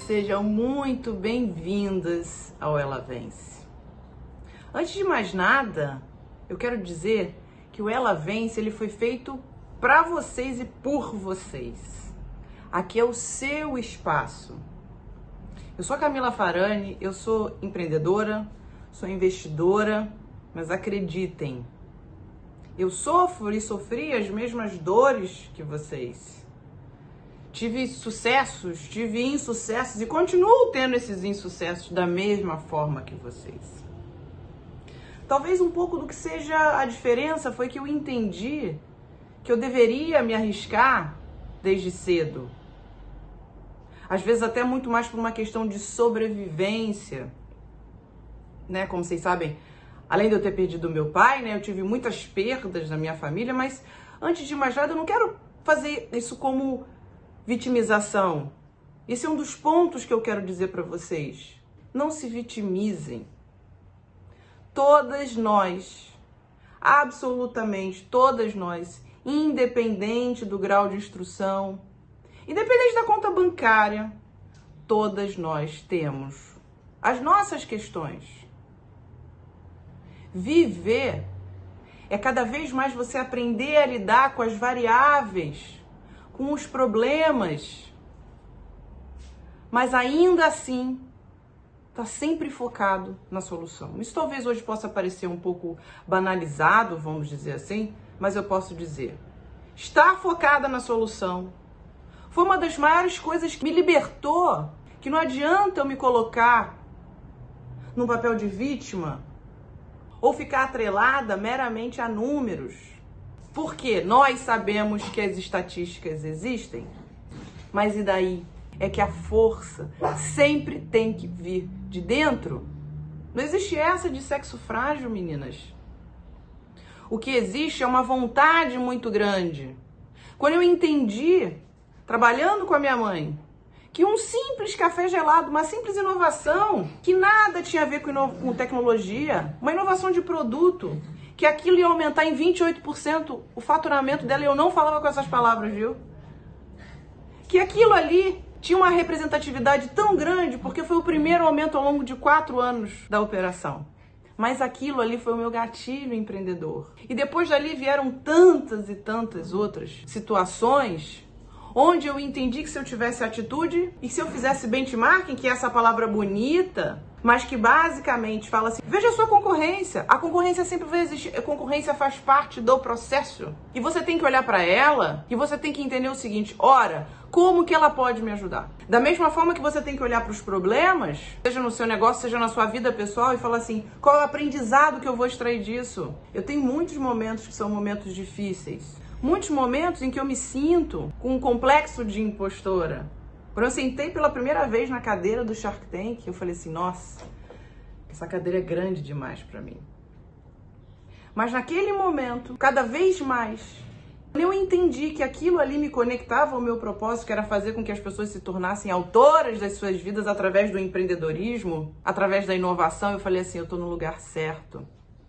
sejam muito bem-vindas ao Ela Vence. Antes de mais nada, eu quero dizer que o Ela Vence ele foi feito para vocês e por vocês. Aqui é o seu espaço. Eu sou a Camila Farani, eu sou empreendedora, sou investidora, mas acreditem, eu sofro e sofri as mesmas dores que vocês. Tive sucessos, tive insucessos e continuo tendo esses insucessos da mesma forma que vocês. Talvez um pouco do que seja a diferença foi que eu entendi que eu deveria me arriscar desde cedo. Às vezes até muito mais por uma questão de sobrevivência, né? Como vocês sabem, além de eu ter perdido meu pai, né? Eu tive muitas perdas na minha família, mas antes de mais nada eu não quero fazer isso como vitimização. Esse é um dos pontos que eu quero dizer para vocês. Não se vitimizem. Todas nós, absolutamente todas nós, independente do grau de instrução, independente da conta bancária, todas nós temos as nossas questões. Viver é cada vez mais você aprender a lidar com as variáveis, com os problemas, mas ainda assim está sempre focado na solução. Isso talvez hoje possa parecer um pouco banalizado, vamos dizer assim, mas eu posso dizer, estar focada na solução foi uma das maiores coisas que me libertou, que não adianta eu me colocar num papel de vítima ou ficar atrelada meramente a números. Porque nós sabemos que as estatísticas existem, mas e daí? É que a força sempre tem que vir de dentro. Não existe essa de sexo frágil, meninas. O que existe é uma vontade muito grande. Quando eu entendi, trabalhando com a minha mãe, que um simples café gelado, uma simples inovação, que nada tinha a ver com tecnologia, uma inovação de produto, que aquilo ia aumentar em 28% o faturamento dela, e eu não falava com essas palavras, viu? Que aquilo ali tinha uma representatividade tão grande, porque foi o primeiro aumento ao longo de 4 anos da operação. Mas aquilo ali foi o meu gatilho empreendedor. E depois dali vieram tantas e tantas outras situações onde eu entendi que se eu tivesse atitude e se eu fizesse benchmarking, que é essa palavra bonita, mas que basicamente fala assim, veja a sua concorrência. A concorrência sempre vai existir, a concorrência faz parte do processo. E você tem que olhar para ela e você tem que entender o seguinte, ora, como que ela pode me ajudar? Da mesma forma que você tem que olhar para os problemas, seja no seu negócio, seja na sua vida pessoal, e falar assim, qual é o aprendizado que eu vou extrair disso? Eu tenho muitos momentos que são momentos difíceis. Muitos momentos em que eu me sinto com um complexo de impostora. Quando eu sentei pela primeira vez na cadeira do Shark Tank, eu falei assim, nossa, essa cadeira é grande demais para mim. Mas naquele momento, cada vez mais, eu entendi que aquilo ali me conectava ao meu propósito, que era fazer com que as pessoas se tornassem autoras das suas vidas através do empreendedorismo, através da inovação. Eu falei assim, eu estou no lugar certo.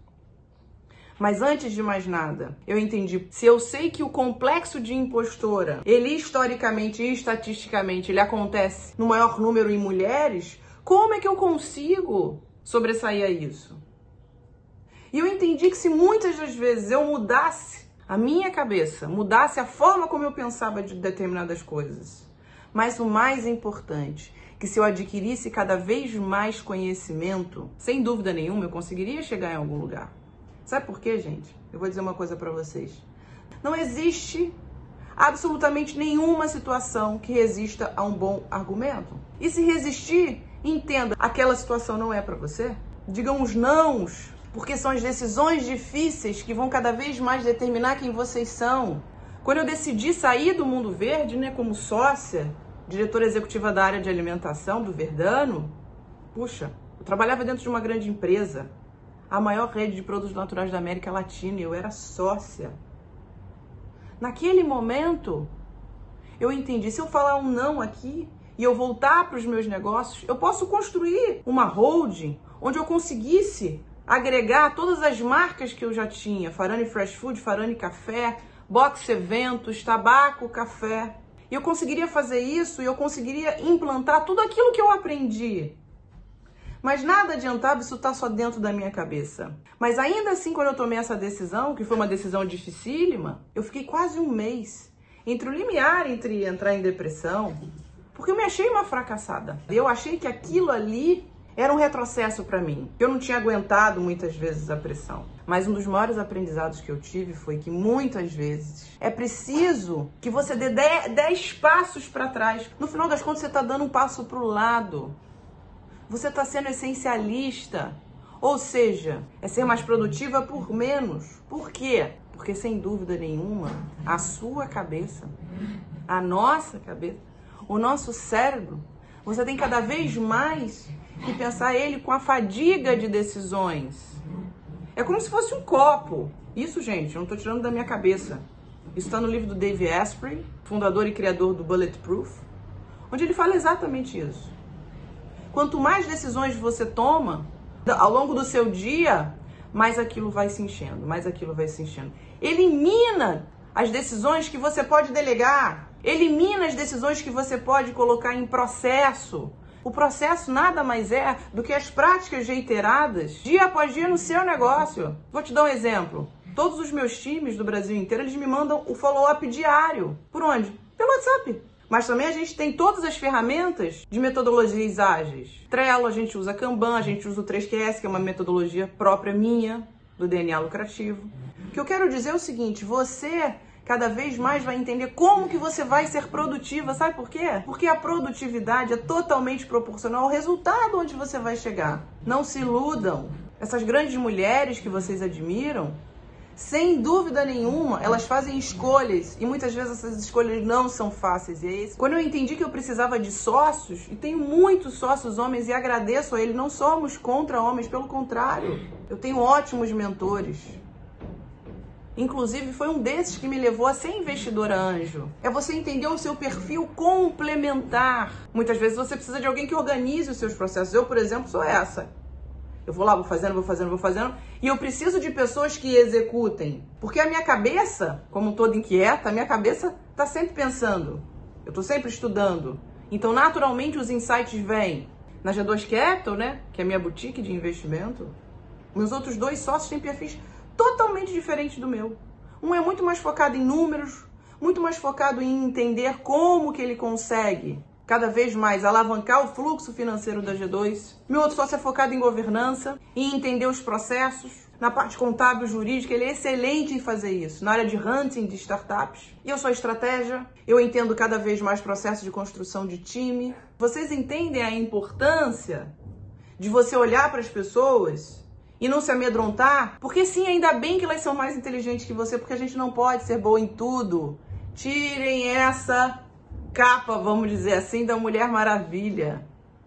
Mas antes de mais nada, eu entendi, se eu sei que o complexo de impostora, ele historicamente e estatisticamente, ele acontece no maior número em mulheres, como é que eu consigo sobressair a isso? E eu entendi que se muitas das vezes eu mudasse a minha cabeça, mudasse a forma como eu pensava de determinadas coisas, mas o mais importante, que se eu adquirisse cada vez mais conhecimento, sem dúvida nenhuma, eu conseguiria chegar em algum lugar. Sabe por quê, gente? Eu vou dizer uma coisa pra vocês. Não existe absolutamente nenhuma situação que resista a um bom argumento. E se resistir, entenda, aquela situação não é pra você. Digam os nãos, porque são as decisões difíceis que vão cada vez mais determinar quem vocês são. Quando eu decidi sair do Mundo Verde, né, como sócia, diretora executiva da área de alimentação do Verdano, puxa, eu trabalhava dentro de uma grande empresa, a maior rede de produtos naturais da América Latina, e eu era sócia. Naquele momento, eu entendi, se eu falar um não aqui e eu voltar para os meus negócios, eu posso construir uma holding onde eu conseguisse agregar todas as marcas que eu já tinha, Farani Fresh Food, Farani Café, Box Eventos, Tabaco, Café. E eu conseguiria fazer isso e eu conseguiria implantar tudo aquilo que eu aprendi. Mas nada adiantava isso estar só dentro da minha cabeça. Mas ainda assim, quando eu tomei essa decisão, que foi uma decisão dificílima, eu fiquei quase um mês entre o limiar, entre entrar em depressão, porque eu me achei uma fracassada. Eu achei que aquilo ali era um retrocesso para mim. Eu não tinha aguentado muitas vezes a pressão. Mas um dos maiores aprendizados que eu tive foi que muitas vezes é preciso que você dê 10 passos para trás. No final das contas, você está dando um passo para o lado. Você está sendo essencialista. Ou seja, é ser mais produtiva por menos. Por quê? Porque, sem dúvida nenhuma, a sua cabeça, a nossa cabeça, o nosso cérebro, você tem cada vez mais que pensar ele com a fadiga de decisões. É como se fosse um copo. Isso, gente, eu não estou tirando da minha cabeça. Isso está no livro do Dave Asprey, fundador e criador do Bulletproof, onde ele fala exatamente isso. Quanto mais decisões você toma ao longo do seu dia, mais aquilo vai se enchendo, mais aquilo vai se enchendo. Elimina as decisões que você pode delegar. Elimina as decisões que você pode colocar em processo. O processo nada mais é do que as práticas reiteradas, dia após dia, no seu negócio. Vou te dar um exemplo. Todos os meus times do Brasil inteiro, eles me mandam o follow-up diário. Por onde? Pelo WhatsApp. Mas também a gente tem todas as ferramentas de metodologias ágeis. Trello, a gente usa Kanban, a gente usa o 3QS, que é uma metodologia própria minha, do DNA lucrativo. O que eu quero dizer é o seguinte, você cada vez mais vai entender como que você vai ser produtiva. Sabe por quê? Porque a produtividade é totalmente proporcional ao resultado onde você vai chegar. Não se iludam. Essas grandes mulheres que vocês admiram, sem dúvida nenhuma, elas fazem escolhas e muitas vezes essas escolhas não são fáceis. E é isso. Quando eu entendi que eu precisava de sócios, e tenho muitos sócios homens e agradeço a eles, não somos contra homens, pelo contrário, eu tenho ótimos mentores. Inclusive, foi um desses que me levou a ser investidora anjo. É você entender o seu perfil complementar. Muitas vezes você precisa de alguém que organize os seus processos. Eu, por exemplo, sou essa. Eu vou lá, vou fazendo, e eu preciso de pessoas que executem. Porque a minha cabeça, como toda inquieta, a minha cabeça está sempre pensando. Eu estou sempre estudando. Então, naturalmente, os insights vêm. Na G2 Capital, né, que é a minha boutique de investimento, meus outros 2 sócios têm perfis totalmente diferente do meu. Um é muito mais focado em números, muito mais focado em entender como que ele consegue cada vez mais alavancar o fluxo financeiro da G2. Meu outro sócio é focado em governança, em entender os processos. Na parte contábil e jurídica, ele é excelente em fazer isso. Na área de hunting de startups. E eu sou estratégia, eu entendo cada vez mais processo de construção de time. Vocês entendem a importância de você olhar para as pessoas e não se amedrontar, porque sim, ainda bem que elas são mais inteligentes que você, porque a gente não pode ser boa em tudo. Tirem essa capa, vamos dizer assim, da Mulher Maravilha.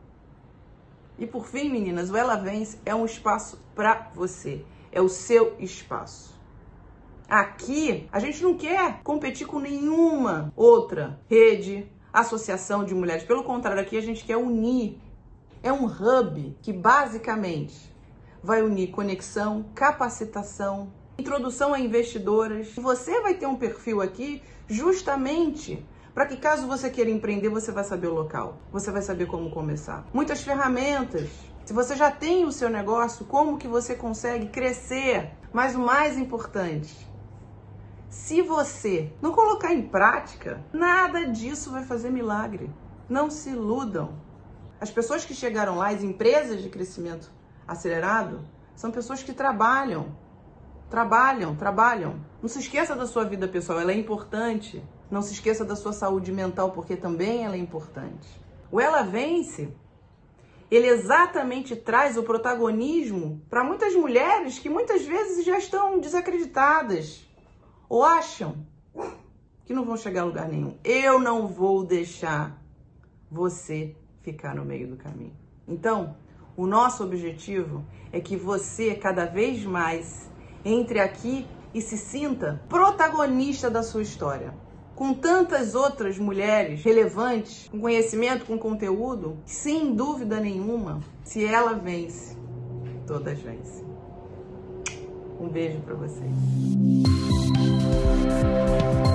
E por fim, meninas, o Ela Vence é um espaço para você, é o seu espaço. Aqui, a gente não quer competir com nenhuma outra rede, associação de mulheres. Pelo contrário, aqui a gente quer unir. É um hub que basicamente vai unir conexão, capacitação, introdução a investidoras. E você vai ter um perfil aqui justamente para que, caso você queira empreender, você vai saber o local, você vai saber como começar. Muitas ferramentas. Se você já tem o seu negócio, como que você consegue crescer? Mas o mais importante, se você não colocar em prática, nada disso vai fazer milagre. Não se iludam. As pessoas que chegaram lá, as empresas de crescimento acelerado, são pessoas que trabalham. Não se esqueça da sua vida pessoal, ela é importante. Não se esqueça da sua saúde mental, porque também ela é importante. O Ela Vence, ele exatamente traz o protagonismo para muitas mulheres que muitas vezes já estão desacreditadas ou acham que não vão chegar a lugar nenhum. Eu não vou deixar você ficar no meio do caminho. Então, o nosso objetivo é que você cada vez mais entre aqui e se sinta protagonista da sua história. Com tantas outras mulheres relevantes, com conhecimento, com conteúdo, sem dúvida nenhuma, se ela vence, todas vencem. Um beijo para vocês.